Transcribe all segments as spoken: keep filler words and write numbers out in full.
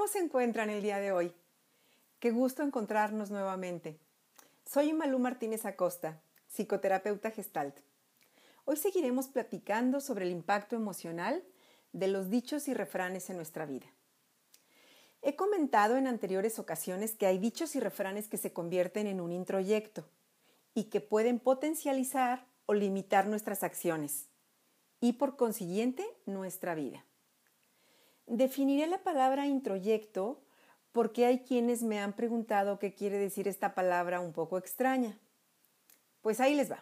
¿Cómo se encuentran el día de hoy? Qué gusto encontrarnos nuevamente. Soy Malú Martínez Acosta, psicoterapeuta Gestalt. Hoy seguiremos platicando sobre el impacto emocional de los dichos y refranes en nuestra vida. He comentado en anteriores ocasiones que hay dichos y refranes que se convierten en un introyecto y que pueden potencializar o limitar nuestras acciones y por consiguiente nuestra vida. Definiré la palabra introyecto porque hay quienes me han preguntado qué quiere decir esta palabra un poco extraña. Pues ahí les va.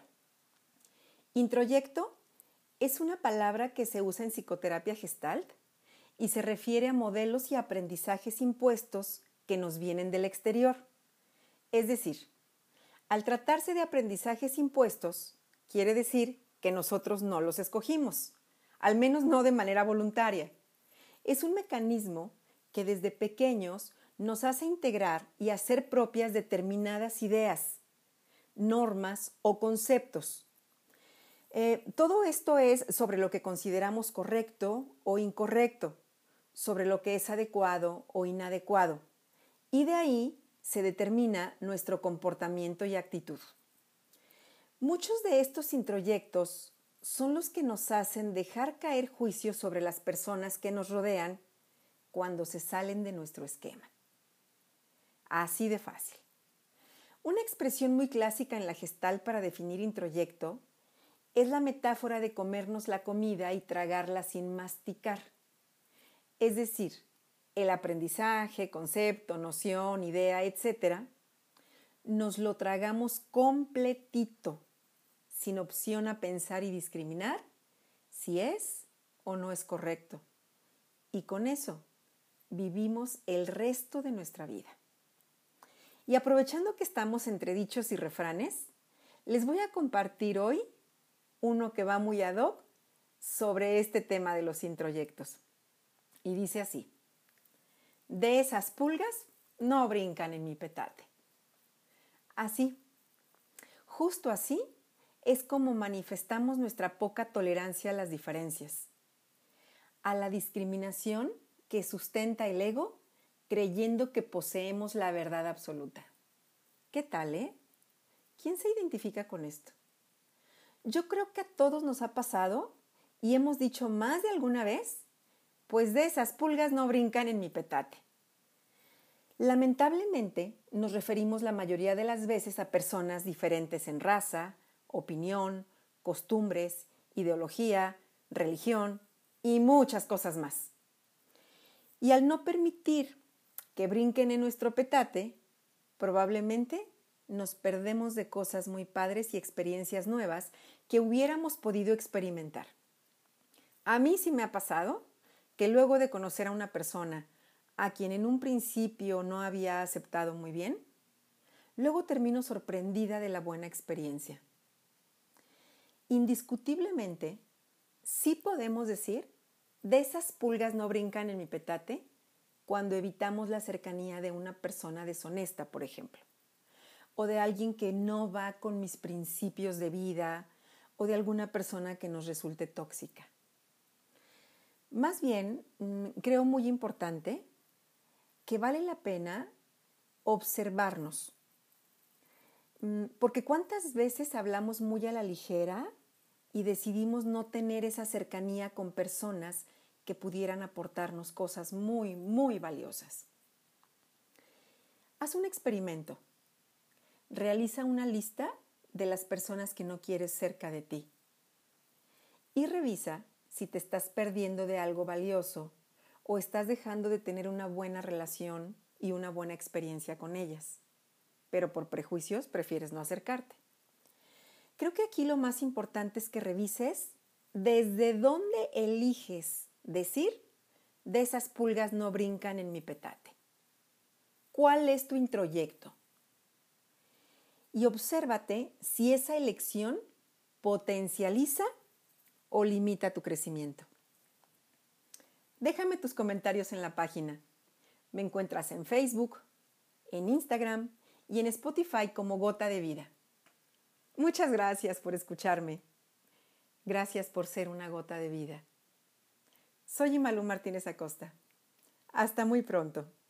Introyecto es una palabra que se usa en psicoterapia Gestalt y se refiere a modelos y aprendizajes impuestos que nos vienen del exterior. Es decir, al tratarse de aprendizajes impuestos, quiere decir que nosotros no los escogimos, al menos no de manera voluntaria. Es un mecanismo que desde pequeños nos hace integrar y hacer propias determinadas ideas, normas o conceptos. Eh, todo esto es sobre lo que consideramos correcto o incorrecto, sobre lo que es adecuado o inadecuado, y de ahí se determina nuestro comportamiento y actitud. Muchos de estos introyectos son los que nos hacen dejar caer juicios sobre las personas que nos rodean cuando se salen de nuestro esquema. Así de fácil. Una expresión muy clásica en la Gestalt para definir introyecto es la metáfora de comernos la comida y tragarla sin masticar. Es decir, el aprendizaje, concepto, noción, idea, etcétera, nos lo tragamos completito, sin opción a pensar y discriminar si es o no es correcto. Y con eso vivimos el resto de nuestra vida. Y aprovechando que estamos entre dichos y refranes, les voy a compartir hoy uno que va muy ad hoc sobre este tema de los introyectos. Y dice así: de esas pulgas no brincan en mi petate. Así, justo así, es como manifestamos nuestra poca tolerancia a las diferencias, a la discriminación que sustenta el ego creyendo que poseemos la verdad absoluta. ¿Qué tal, eh? ¿Quién se identifica con esto? Yo creo que a todos nos ha pasado y hemos dicho más de alguna vez, pues de esas pulgas no brincan en mi petate. Lamentablemente, nos referimos la mayoría de las veces a personas diferentes en raza, opinión, costumbres, ideología, religión y muchas cosas más. Y al no permitir que brinquen en nuestro petate, probablemente nos perdemos de cosas muy padres y experiencias nuevas que hubiéramos podido experimentar. A mí sí me ha pasado que luego de conocer a una persona a quien en un principio no había aceptado muy bien, luego termino sorprendida de la buena experiencia. Indiscutiblemente, sí podemos decir, de esas pulgas no brincan en mi petate cuando evitamos la cercanía de una persona deshonesta, por ejemplo, o de alguien que no va con mis principios de vida, o de alguna persona que nos resulte tóxica. Más bien, creo muy importante que vale la pena observarnos. Porque ¿cuántas veces hablamos muy a la ligera y decidimos no tener esa cercanía con personas que pudieran aportarnos cosas muy, muy valiosas? Haz un experimento. Realiza una lista de las personas que no quieres cerca de ti y revisa si te estás perdiendo de algo valioso o estás dejando de tener una buena relación y una buena experiencia con ellas, pero por prejuicios prefieres no acercarte. Creo que aquí lo más importante es que revises desde dónde eliges decir, de esas pulgas no brincan en mi petate. ¿Cuál es tu introyecto? Y obsérvate si esa elección potencializa o limita tu crecimiento. Déjame tus comentarios en la página. Me encuentras en Facebook, en Instagram y en Spotify como Gota de Vida. Muchas gracias por escucharme. Gracias por ser una gota de vida. Soy Malú Martínez Acosta. Hasta muy pronto.